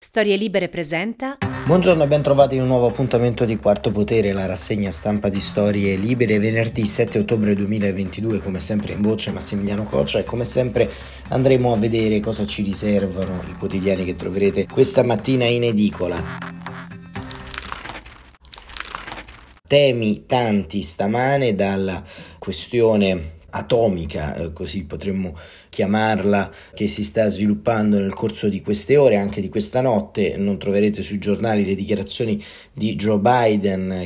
Storie Libere presenta. Buongiorno e ben trovati in un nuovo appuntamento di Quarto Potere, la rassegna stampa di Storie Libere, venerdì 7 ottobre 2022, come sempre in voce Massimiliano Coccia e come sempre andremo a vedere cosa ci riservano i quotidiani che troverete questa mattina in edicola. Temi tanti stamane, dalla questione atomica, così potremmo chiamarla, che si sta sviluppando nel corso di queste ore, anche di questa notte. Non troverete sui giornali le dichiarazioni di Joe Biden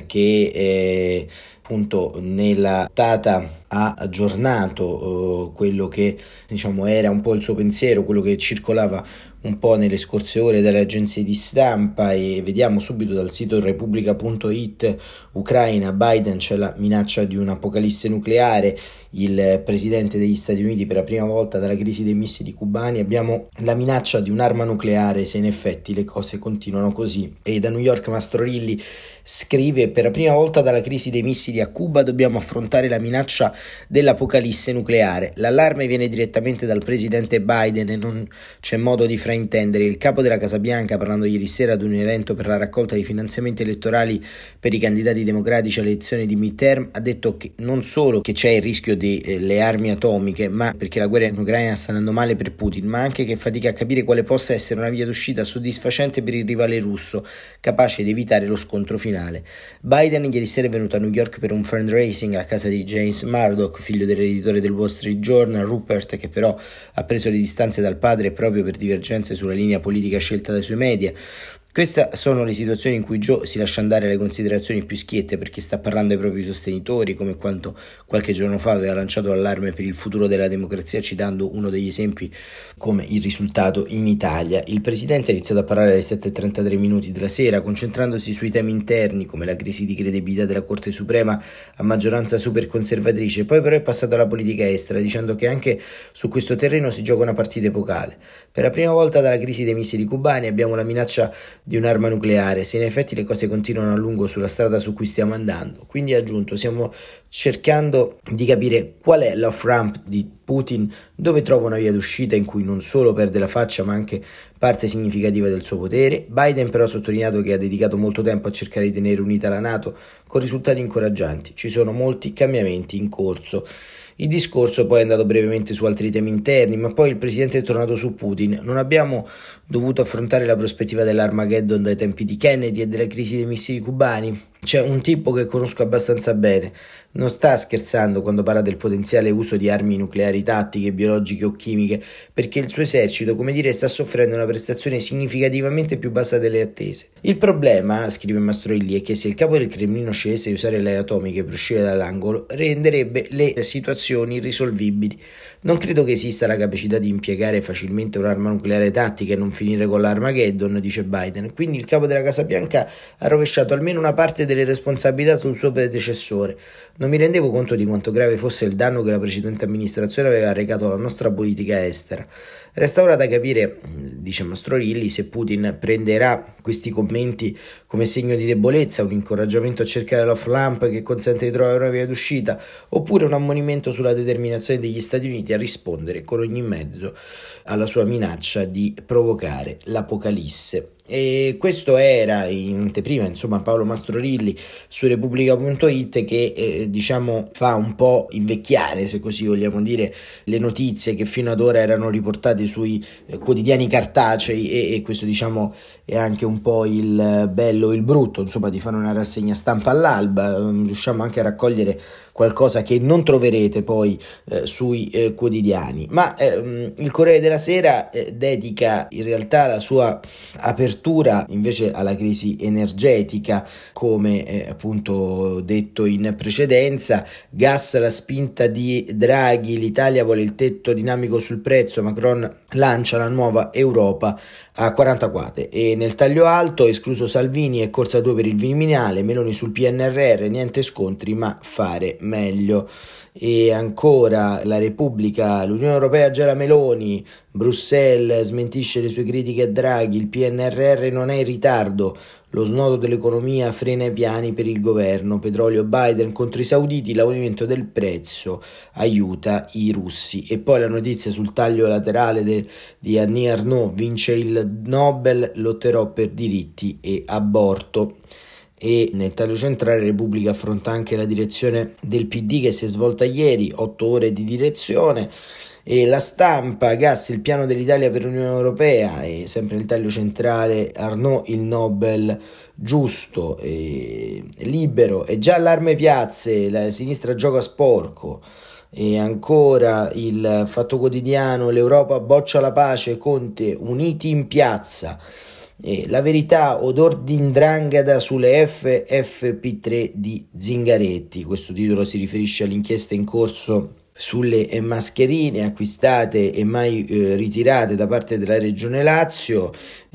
che appunto nella data ha aggiornato quello che era un po' il suo pensiero, quello che circolava un po' nelle scorse ore dalle agenzie di stampa, e vediamo subito dal sito Repubblica.it. Ucraina, Biden, c'è la minaccia di un'apocalisse nucleare, il presidente degli Stati Uniti: per la prima volta dalla crisi dei missili cubani abbiamo la minaccia di un'arma nucleare se in effetti le cose continuano così. E da New York Mastrorilli scrive: per la prima volta dalla crisi dei missili a Cuba dobbiamo affrontare la minaccia dell'apocalisse nucleare. L'allarme viene direttamente dal presidente Biden e non c'è modo di fraintendere. Il capo della Casa Bianca, parlando ieri sera ad un evento per la raccolta di finanziamenti elettorali per i candidati democratici alle elezioni di midterm, ha detto che non solo che c'è il rischio delle armi atomiche, ma perché la guerra in Ucraina sta andando male per Putin, ma anche che fatica a capire quale possa essere una via d'uscita soddisfacente per il rivale russo, capace di evitare lo scontro finale. Biden ieri sera è venuto a New York per un fundraising a casa di James Murdoch, figlio dell'editore del Wall Street Journal, Rupert, che però ha preso le distanze dal padre proprio per divergenze sulla linea politica scelta dai suoi media. Queste sono le situazioni in cui Joe si lascia andare alle considerazioni più schiette, perché sta parlando ai propri sostenitori, come quanto qualche giorno fa aveva lanciato l'allarme per il futuro della democrazia, citando uno degli esempi come il risultato in Italia. Il presidente ha iniziato a parlare alle 7:33 minuti della sera, concentrandosi sui temi interni come la crisi di credibilità della Corte Suprema a maggioranza super conservatrice. Poi però è passato alla politica estera, dicendo che anche su questo terreno si gioca una partita epocale. Per la prima volta dalla crisi dei missili cubani abbiamo la minaccia di un'arma nucleare, se in effetti le cose continuano a lungo sulla strada su cui stiamo andando. Quindi ha aggiunto: stiamo cercando di capire qual è l'off-ramp di Putin, dove trova una via d'uscita in cui non solo perde la faccia ma anche parte significativa del suo potere. Biden però ha sottolineato che ha dedicato molto tempo a cercare di tenere unita la NATO con risultati incoraggianti. Ci sono molti cambiamenti in corso. Il discorso poi è andato brevemente su altri temi interni, ma poi il presidente è tornato su Putin. Non abbiamo dovuto affrontare la prospettiva dell'Armageddon dai tempi di Kennedy e della crisi dei missili cubani? C'è un tipo che conosco abbastanza bene, non sta scherzando quando parla del potenziale uso di armi nucleari tattiche, biologiche o chimiche, perché il suo esercito, come dire, sta soffrendo una prestazione significativamente più bassa delle attese. Il problema, scrive Mastroilli, è che se il capo del Cremlino scegliesse di usare le atomiche per uscire dall'angolo, renderebbe le situazioni irrisolvibili. Non credo che esista la capacità di impiegare facilmente un'arma nucleare tattica e non finire con l'Armageddon, dice Biden. Quindi il capo della Casa Bianca ha rovesciato almeno una parte delle responsabilità sul suo predecessore. Non mi rendevo conto di quanto grave fosse il danno che la precedente amministrazione aveva arrecato alla nostra politica estera. Resta ora da capire, dice Mastrorilli, se Putin prenderà questi commenti come segno di debolezza, un incoraggiamento a cercare l'off-lamp che consente di trovare una via d'uscita, oppure un ammonimento sulla determinazione degli Stati Uniti a rispondere con ogni mezzo alla sua minaccia di provocare l'apocalisse. E questo era in anteprima, Paolo Mastrorilli su Repubblica.it, che fa un po' invecchiare, se così vogliamo dire, le notizie che fino ad ora erano riportate sui quotidiani cartacei, e questo è anche un po' il bello e il brutto di fare una rassegna stampa all'alba. Riusciamo anche a raccogliere qualcosa che non troverete poi sui quotidiani, ma il Corriere della Sera dedica in realtà la sua apertura invece alla crisi energetica, come appunto detto in precedenza. Gas, la spinta di Draghi, l'Italia vuole il tetto dinamico sul prezzo, Macron lancia la nuova Europa a 40 quote. E nel taglio alto, escluso Salvini e corsa 2 per il Viminale, Meloni sul PNRR, niente scontri ma fare meglio. E ancora la Repubblica, l'Unione Europea gela Meloni, Bruxelles smentisce le sue critiche a Draghi, il PNRR non è in ritardo, lo snodo dell'economia frena i piani per il governo, petrolio Biden contro i sauditi, l'aumento del prezzo aiuta i russi. E poi la notizia sul taglio laterale di Annie Ernaux, vince il Nobel, lotterò per diritti e aborto. E nel taglio centrale Repubblica affronta anche la direzione del PD che si è svolta ieri, 8 ore di direzione. E la Stampa, gas il piano dell'Italia per l'Unione Europea, e sempre nel taglio centrale Arnaud il Nobel giusto, e Libero, e già allarme piazze, la sinistra gioca sporco. E ancora il Fatto Quotidiano, l'Europa boccia la pace, Conte uniti in piazza. E La Verità, odor di 'ndrangheta sulle FFP3 di Zingaretti. Questo titolo si riferisce all'inchiesta in corso sulle mascherine acquistate e mai ritirate da parte della Regione Lazio,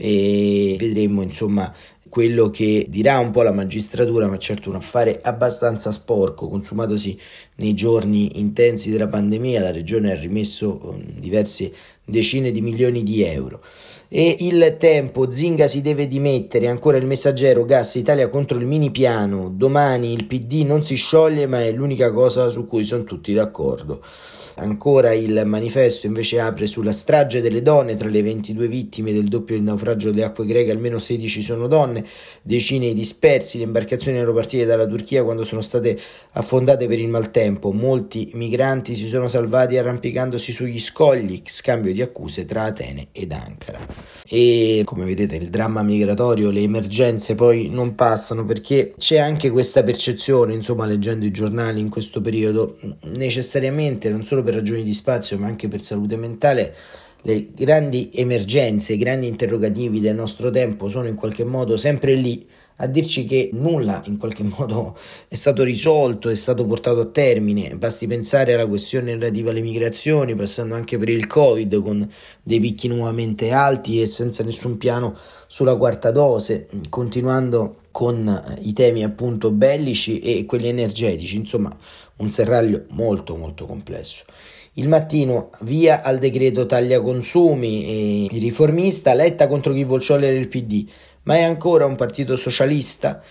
e vedremo insomma quello che dirà un po' la magistratura, ma certo un affare abbastanza sporco, consumatosi nei giorni intensi della pandemia. La Regione ha rimesso diverse decine di milioni di euro. E Il Tempo, Zinga si deve dimettere, ancora Il Messaggero, gas Italia contro il mini piano, domani il PD non si scioglie ma è l'unica cosa su cui sono tutti d'accordo. Ancora Il Manifesto invece apre sulla strage delle donne, tra le 22 vittime del doppio del naufragio delle acque greche almeno 16 sono donne, decine i dispersi, le imbarcazioni erano partite dalla Turchia quando sono state affondate per il maltempo, molti migranti si sono salvati arrampicandosi sugli scogli, scambio di accuse tra Atene ed Ankara. E come vedete il dramma migratorio, le emergenze poi non passano, perché c'è anche questa percezione, insomma, leggendo i giornali in questo periodo, necessariamente non solo per ragioni di spazio ma anche per salute mentale, le grandi emergenze, i grandi interrogativi del nostro tempo sono in qualche modo sempre lì a dirci che nulla in qualche modo è stato risolto, è stato portato a termine. Basti pensare alla questione relativa alle migrazioni, passando anche per il Covid con dei picchi nuovamente alti e senza nessun piano sulla quarta dose, continuando con i temi appunto bellici e quelli energetici, insomma un serraglio molto molto complesso. Il Mattino, via al decreto taglia consumi, e il Riformista, Letta contro chi vuol sciogliere il PD, ma è ancora un partito socialista.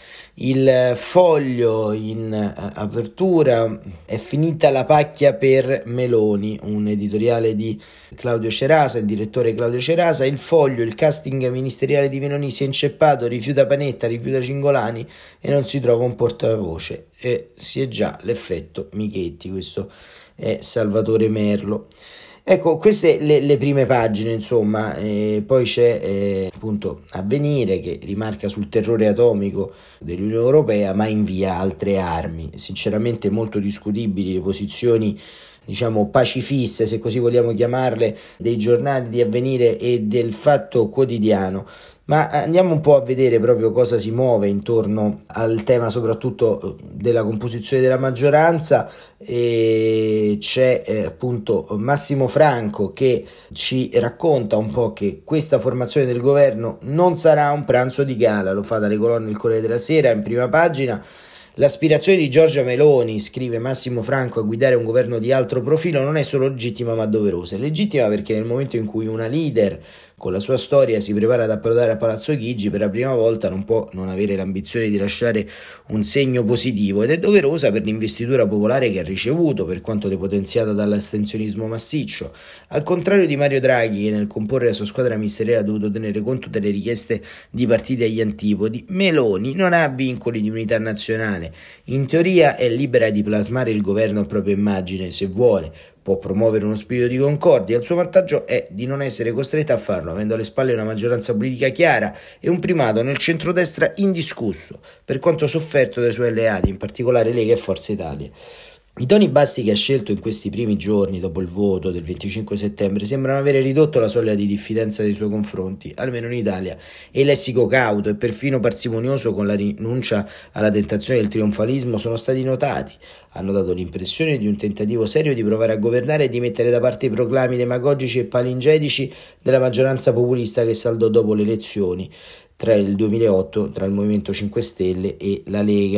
Il Foglio in apertura, è finita la pacchia per Meloni, un editoriale di Claudio Cerasa, il direttore Claudio Cerasa. Il Foglio, il casting ministeriale di Meloni si è inceppato, rifiuta Panetta, rifiuta Cingolani e non si trova un portavoce, e si è già l'effetto Michetti. Questo è Salvatore Merlo. Ecco, queste le prime pagine, insomma, poi c'è appunto Avvenire che rimarca sul terrore atomico dell'Unione Europea ma invia altre armi. Sinceramente molto discutibili le posizioni, diciamo, pacifiste, se così vogliamo chiamarle, dei giornali di Avvenire e del Fatto Quotidiano. Ma andiamo un po' a vedere proprio cosa si muove intorno al tema soprattutto della composizione della maggioranza. E c'è appunto Massimo Franco che ci racconta un po' che questa formazione del governo non sarà un pranzo di gala, lo fa dalle colonne del Corriere della Sera in prima pagina. L'aspirazione di Giorgia Meloni, scrive Massimo Franco, a guidare un governo di altro profilo non è solo legittima ma doverosa. È legittima perché nel momento in cui una leader con la sua storia si prepara ad approdare a Palazzo Chigi, per la prima volta non può non avere l'ambizione di lasciare un segno positivo, ed è doverosa per l'investitura popolare che ha ricevuto, per quanto depotenziata dall'astensionismo massiccio. Al contrario di Mario Draghi, che nel comporre la sua squadra ministeriale ha dovuto tenere conto delle richieste di partiti agli antipodi, Meloni non ha vincoli di unità nazionale. In teoria è libera di plasmare il governo a propria immagine, se vuole. Può promuovere uno spirito di concordia, il suo vantaggio è di non essere costretta a farlo, avendo alle spalle una maggioranza politica chiara e un primato nel centrodestra indiscusso, per quanto sofferto dai suoi alleati, in particolare Lega e Forza Italia. I toni bassi che ha scelto in questi primi giorni dopo il voto del 25 settembre sembrano avere ridotto la soglia di diffidenza nei suoi confronti, almeno in Italia, e il lessico cauto e perfino parsimonioso con la rinuncia alla tentazione del trionfalismo sono stati notati. Hanno dato l'impressione di un tentativo serio di provare a governare e di mettere da parte i proclami demagogici e palingedici della maggioranza populista che saldò dopo le elezioni tra il 2008 tra il Movimento 5 Stelle e la Lega.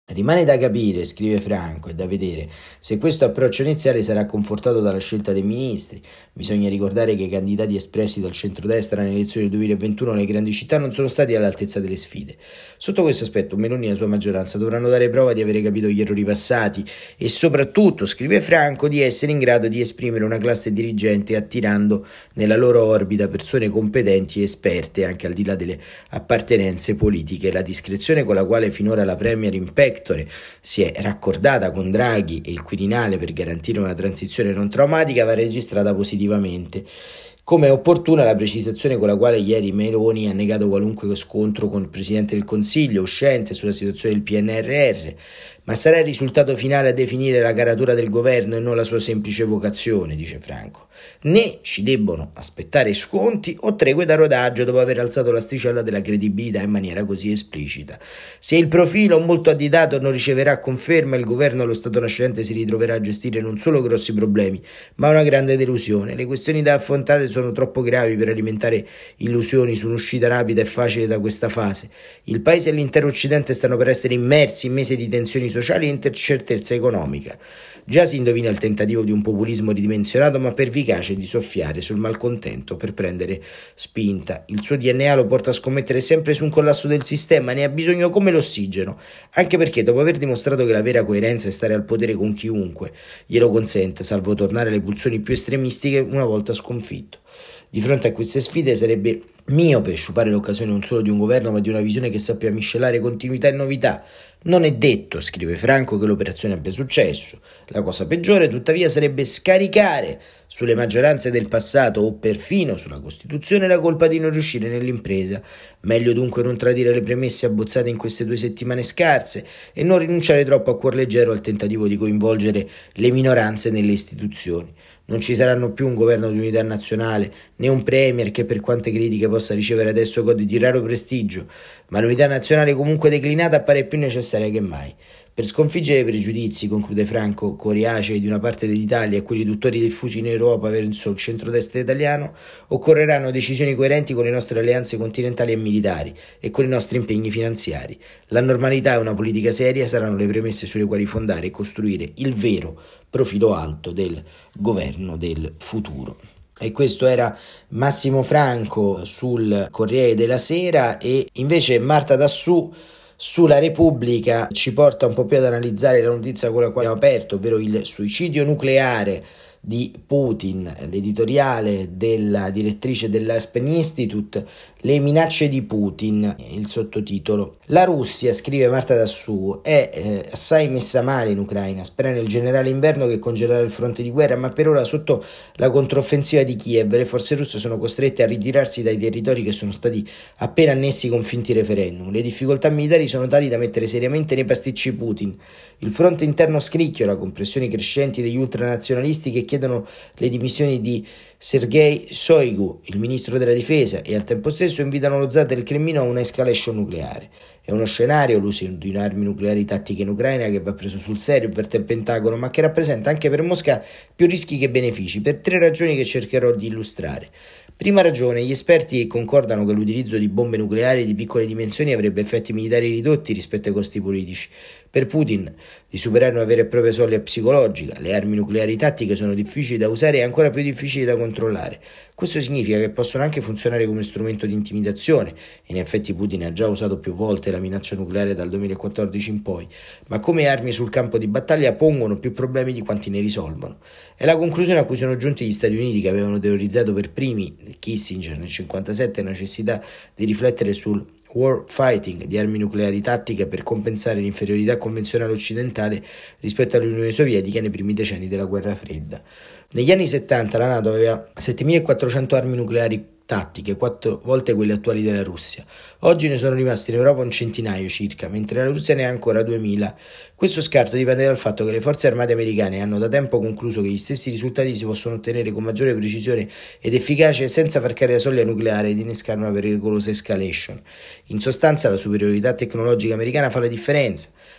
Rimane da capire, scrive Franco, e da vedere se questo approccio iniziale sarà confortato dalla scelta dei ministri. Bisogna ricordare che i candidati espressi dal centrodestra nelle elezioni del 2021 nelle grandi città non sono stati all'altezza delle sfide. Sotto questo aspetto Meloni e la sua maggioranza dovranno dare prova di avere capito gli errori passati e soprattutto, scrive Franco, di essere in grado di esprimere una classe dirigente attirando nella loro orbita persone competenti e esperte anche al di là delle appartenenze politiche. La discrezione con la quale finora la Premier in pectore si è raccordata con Draghi e il Quirinale per garantire una transizione non traumatica va registrata positivamente. Come è opportuna la precisazione con la quale ieri Meloni ha negato qualunque scontro con il Presidente del Consiglio uscente sulla situazione del PNRR, ma sarà il risultato finale a definire la caratura del governo e non la sua semplice vocazione, dice Franco. Né ci debbono aspettare sconti o tregue da rodaggio dopo aver alzato l'asticella della credibilità in maniera così esplicita. Se il profilo molto additato non riceverà conferma, il governo allo stato nascente si ritroverà a gestire non solo grossi problemi, ma una grande delusione. Le questioni da affrontare sono troppo gravi per alimentare illusioni su un'uscita rapida e facile da questa fase. Il paese e l'intero Occidente stanno per essere immersi in mesi di tensioni sociali e incertezza economica. Già si indovina il tentativo di un populismo ridimensionato ma pervicace di soffiare sul malcontento per prendere spinta. Il suo DNA lo porta a scommettere sempre su un collasso del sistema, ne ha bisogno come l'ossigeno, anche perché dopo aver dimostrato che la vera coerenza è stare al potere con chiunque glielo consente, salvo tornare alle pulsioni più estremistiche una volta sconfitto. Di fronte a queste sfide sarebbe miope sciupare l'occasione non solo di un governo ma di una visione che sappia miscelare continuità e novità. Non è detto, scrive Franco, che l'operazione abbia successo. La cosa peggiore, tuttavia, sarebbe scaricare sulle maggioranze del passato o perfino sulla Costituzione la colpa di non riuscire nell'impresa. Meglio dunque non tradire le premesse abbozzate in queste 2 settimane scarse e non rinunciare troppo a cuor leggero al tentativo di coinvolgere le minoranze nelle istituzioni. Non ci saranno più un governo di unità nazionale, né un premier che per quante critiche possa ricevere adesso gode di raro prestigio, ma l'unità nazionale comunque declinata appare più necessaria che mai. Per sconfiggere i pregiudizi, conclude Franco, coriacei di una parte dell'Italia e quelli tuttori diffusi in Europa verso il centrodestra italiano, occorreranno decisioni coerenti con le nostre alleanze continentali e militari e con i nostri impegni finanziari. La normalità e una politica seria saranno le premesse sulle quali fondare e costruire il vero profilo alto del governo del futuro. E questo era Massimo Franco sul Corriere della Sera, e invece Marta Dassù sulla Repubblica ci porta un po' più ad analizzare la notizia con la quale abbiamo aperto, ovvero il suicidio nucleare di Putin, l'editoriale della direttrice dell'Aspen Institute, le minacce di Putin, il sottotitolo. La Russia, scrive Marta Dassù, è assai messa male in Ucraina, spera nel generale inverno che congelerà il fronte di guerra, ma per ora sotto la controffensiva di Kiev le forze russe sono costrette a ritirarsi dai territori che sono stati appena annessi con finti referendum. Le difficoltà militari sono tali da mettere seriamente nei pasticci Putin. Il fronte interno scricchiola con pressioni crescenti degli ultranazionalisti che chiedono le dimissioni di Sergei Shoigu, il ministro della difesa, e al tempo stesso invitano lo zar del Cremlino a una escalation nucleare. È uno scenario, l'uso di armi nucleari tattiche in Ucraina, che va preso sul serio, avverte il Pentagono, ma che rappresenta anche per Mosca più rischi che benefici, per 3 ragioni che cercherò di illustrare. Prima ragione, gli esperti concordano che l'utilizzo di bombe nucleari di piccole dimensioni avrebbe effetti militari ridotti rispetto ai costi politici. Per Putin, di superare una vera e propria soglia psicologica, le armi nucleari tattiche sono difficili da usare e ancora più difficili da controllare. Questo significa che possono anche funzionare come strumento di intimidazione, e in effetti Putin ha già usato più volte la minaccia nucleare dal 2014 in poi, ma come armi sul campo di battaglia pongono più problemi di quanti ne risolvono. È la conclusione a cui sono giunti gli Stati Uniti, che avevano teorizzato per primi, Kissinger nel 1957, la necessità di riflettere sul war fighting di armi nucleari tattiche per compensare l'inferiorità convenzionale occidentale rispetto all'Unione Sovietica nei primi decenni della guerra fredda. Negli anni 70 la NATO aveva 7.400 armi nucleari tattiche, 4 volte quelle attuali della Russia. Oggi ne sono rimasti in Europa un centinaio circa, mentre la Russia ne ha ancora 2.000. Questo scarto dipende dal fatto che le forze armate americane hanno da tempo concluso che gli stessi risultati si possono ottenere con maggiore precisione ed efficacia senza far cadere la soglia nucleare ed innescare una pericolosa escalation. In sostanza, la superiorità tecnologica americana fa la differenza.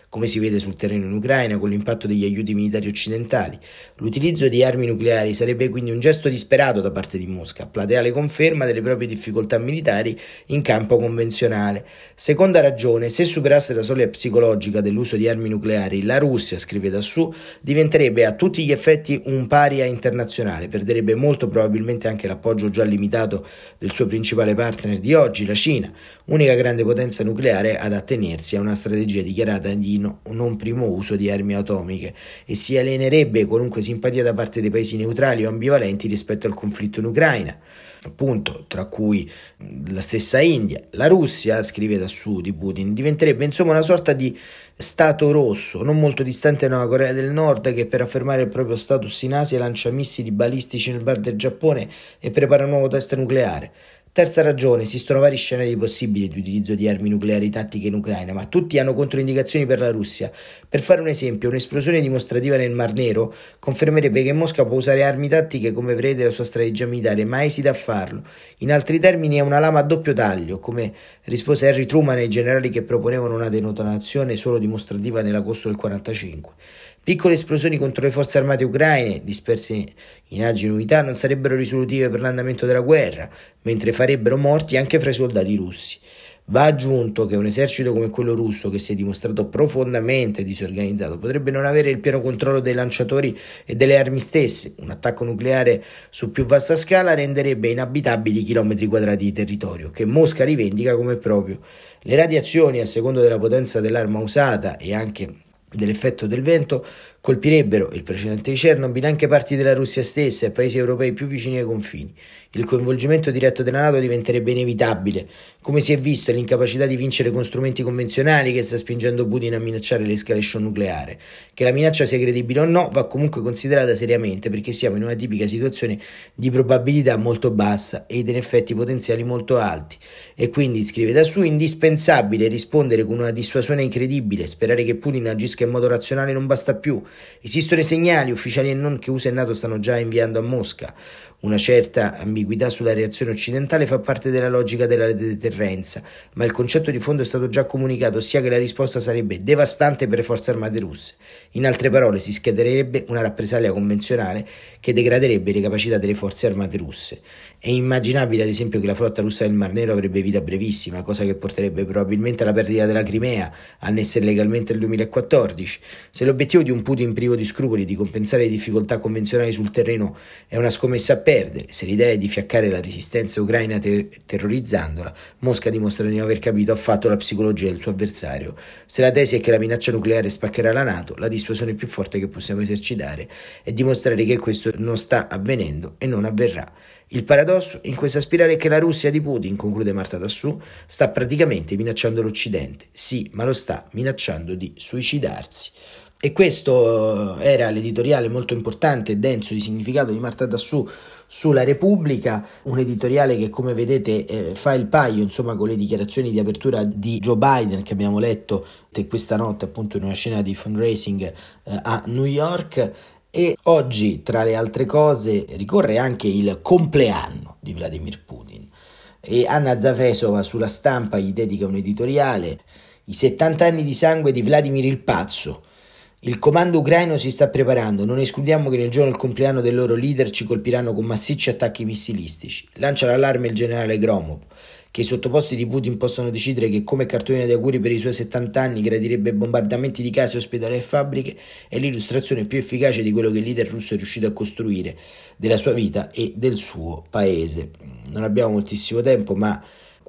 come si vede sul terreno in Ucraina con l'impatto degli aiuti militari occidentali. L'utilizzo di armi nucleari sarebbe quindi un gesto disperato da parte di Mosca, plateale conferma delle proprie difficoltà militari in campo convenzionale. Seconda ragione, se superasse la soglia psicologica dell'uso di armi nucleari, la Russia, scrive Dassù, diventerebbe a tutti gli effetti un paria internazionale, perderebbe molto probabilmente anche l'appoggio già limitato del suo principale partner di oggi, la Cina, unica grande potenza nucleare ad attenersi a una strategia dichiarata di non primo uso di armi atomiche, e si alienerebbe qualunque simpatia da parte dei paesi neutrali o ambivalenti rispetto al conflitto in Ucraina, appunto, tra cui la stessa India. La Russia, scrive Dassù di Putin, diventerebbe insomma una sorta di Stato rosso, non molto distante da una Corea del Nord che per affermare il proprio status in Asia lancia missili balistici nel bar del Giappone e prepara un nuovo test nucleare. Terza ragione, esistono vari scenari possibili di utilizzo di armi nucleari tattiche in Ucraina, ma tutti hanno controindicazioni per la Russia. Per fare un esempio, un'esplosione dimostrativa nel Mar Nero confermerebbe che Mosca può usare armi tattiche come prevede la sua strategia militare, ma esita a farlo. In altri termini è una lama a doppio taglio, come rispose Harry Truman ai generali che proponevano una denotazione solo dimostrativa nell'agosto del 1945. Piccole esplosioni contro le forze armate ucraine, disperse in agili unità, non sarebbero risolutive per l'andamento della guerra, mentre farebbero morti anche fra i soldati russi. Va aggiunto che un esercito come quello russo, che si è dimostrato profondamente disorganizzato, potrebbe non avere il pieno controllo dei lanciatori e delle armi stesse. Un attacco nucleare su più vasta scala renderebbe inabitabili chilometri quadrati di territorio, che Mosca rivendica come proprio. Le radiazioni, a seconda della potenza dell'arma usata e anche dell'effetto del vento, colpirebbero, il precedente di Chernobyl, anche parti della Russia stessa e paesi europei più vicini ai confini. Il coinvolgimento diretto della NATO diventerebbe inevitabile, come si è visto l'incapacità di vincere con strumenti convenzionali che sta spingendo Putin a minacciare l'escalation nucleare. Che la minaccia sia credibile o no va comunque considerata seriamente, perché siamo in una tipica situazione di probabilità molto bassa e in effetti potenziali molto alti. E quindi, scrive Dassù, indispensabile rispondere con una dissuasione incredibile. Sperare che Putin agisca in modo razionale non basta più. Esistono i segnali, ufficiali e non, che USA e NATO stanno già inviando a Mosca. Una certa ambiguità sulla reazione occidentale fa parte della logica della deterrenza, ma il concetto di fondo è stato già comunicato, ossia che la risposta sarebbe devastante per le forze armate russe. In altre parole, si scatenerebbe una rappresaglia convenzionale che degraderebbe le capacità delle forze armate russe. È immaginabile, ad esempio, che la flotta russa del Mar Nero avrebbe vita brevissima, cosa che porterebbe probabilmente alla perdita della Crimea, annessa illegalmente nel 2014. Se l'obiettivo di un Putin privo di scrupoli di compensare le difficoltà convenzionali sul terreno è una scommessa a perdere, se l'idea è di fiaccare la resistenza ucraina terrorizzandola, Mosca dimostra di non aver capito affatto la psicologia del suo avversario. Se la tesi è che la minaccia nucleare spaccherà la NATO, la dissuasione più forte che possiamo esercitare è dimostrare che questo non sta avvenendo e non avverrà. Il paradosso in questa spirale è che la Russia di Putin, conclude Marta Dassù, sta praticamente minacciando l'Occidente. Sì, ma lo sta minacciando di suicidarsi. E questo era l'editoriale molto importante e denso di significato di Marta Dassù sulla Repubblica, un editoriale che, come vedete, fa il paio insomma con le dichiarazioni di apertura di Joe Biden che abbiamo letto questa notte appunto in una scena di fundraising a New York. E oggi, tra le altre cose, ricorre anche il compleanno di Vladimir Putin e Anna Zafesova sulla Stampa gli dedica un editoriale: i 70 anni di sangue di Vladimir il Pazzo. Il comando ucraino si sta preparando, non escludiamo che nel giorno del compleanno del loro leader ci colpiranno con massicci attacchi missilistici. Lancia l'allarme il generale Gromov, che i sottoposti di Putin possono decidere che come cartolina di auguri per i suoi 70 anni gradirebbe bombardamenti di case, ospedali e fabbriche, è l'illustrazione più efficace di quello che il leader russo è riuscito a costruire, della sua vita e del suo paese. Non abbiamo moltissimo tempo, ma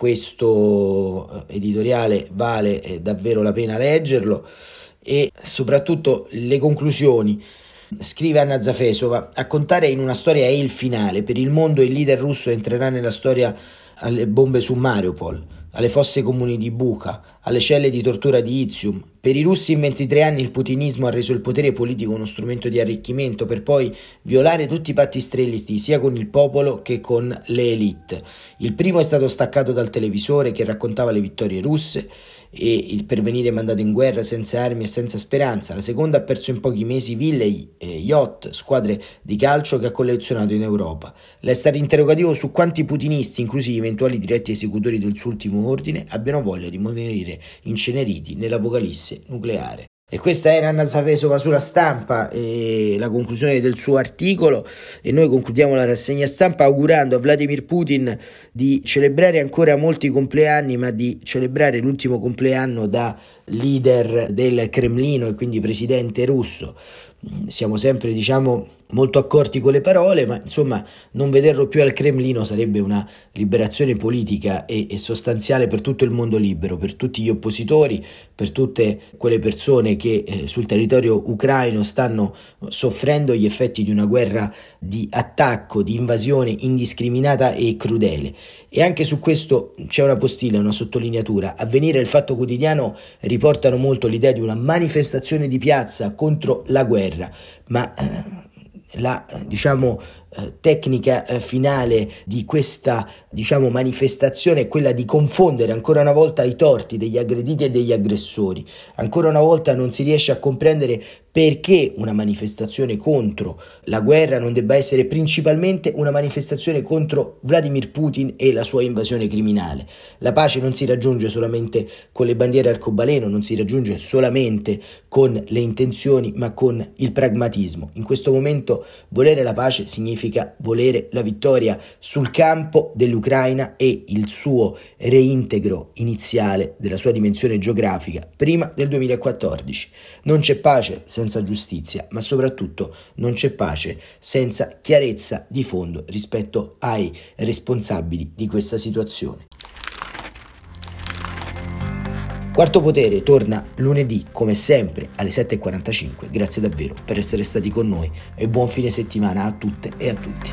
questo editoriale vale davvero la pena leggerlo, e soprattutto le conclusioni. Scrive Anna Zafesova: a contare in una storia è il finale. Per il mondo il leader russo entrerà nella storia alle bombe su Mariupol, alle fosse comuni di Bucha, alle celle di tortura di Izium. Per i russi in 23 anni il putinismo ha reso il potere politico uno strumento di arricchimento per poi violare tutti i patti strelisti sia con il popolo che con le elite. Il primo è stato staccato dal televisore che raccontava le vittorie russe e il pervenire mandato in guerra senza armi e senza speranza. La seconda ha perso in pochi mesi ville, yacht, squadre di calcio che ha collezionato in Europa. Lei è stato interrogativo su quanti putinisti, inclusi gli eventuali diretti esecutori del suo ultimo ordine, abbiano voglia di morire inceneriti nell'Apocalisse base nucleare. E questa era Anna Zafesova sulla Stampa e la conclusione del suo articolo, e noi concludiamo la rassegna stampa augurando a Vladimir Putin di celebrare ancora molti compleanni, ma di celebrare l'ultimo compleanno da leader del Cremlino e quindi presidente russo. Siamo sempre, molto accorti con le parole, ma insomma non vederlo più al Cremlino sarebbe una liberazione politica e sostanziale per tutto il mondo libero, per tutti gli oppositori, per tutte quelle persone che sul territorio ucraino stanno soffrendo gli effetti di una guerra di attacco, di invasione indiscriminata e crudele. E anche su questo c'è una postilla, una sottolineatura. Avvenire e il Fatto Quotidiano riportano molto l'idea di una manifestazione di piazza contro la guerra, ma la tecnica finale di questa manifestazione è quella di confondere ancora una volta i torti degli aggrediti e degli aggressori. Ancora una volta non si riesce a comprendere perché una manifestazione contro la guerra non debba essere principalmente una manifestazione contro Vladimir Putin e la sua invasione criminale. La pace non si raggiunge solamente con le bandiere arcobaleno, non si raggiunge solamente con le intenzioni, ma con il pragmatismo. In questo momento volere la pace significa volere la vittoria sul campo dell'Ucraina e il suo reintegro iniziale della sua dimensione geografica prima del 2014. Non c'è pace senza giustizia, ma soprattutto non c'è pace senza chiarezza di fondo rispetto ai responsabili di questa situazione. Quarto Potere torna lunedì come sempre alle 7:45. Grazie davvero per essere stati con noi e buon fine settimana a tutte e a tutti.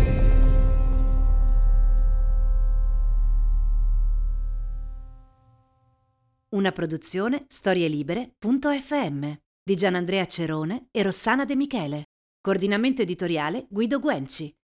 Una produzione storielibere.fm di Gianandrea Cerone e Rossana De Michele. Coordinamento editoriale Guido Guenci.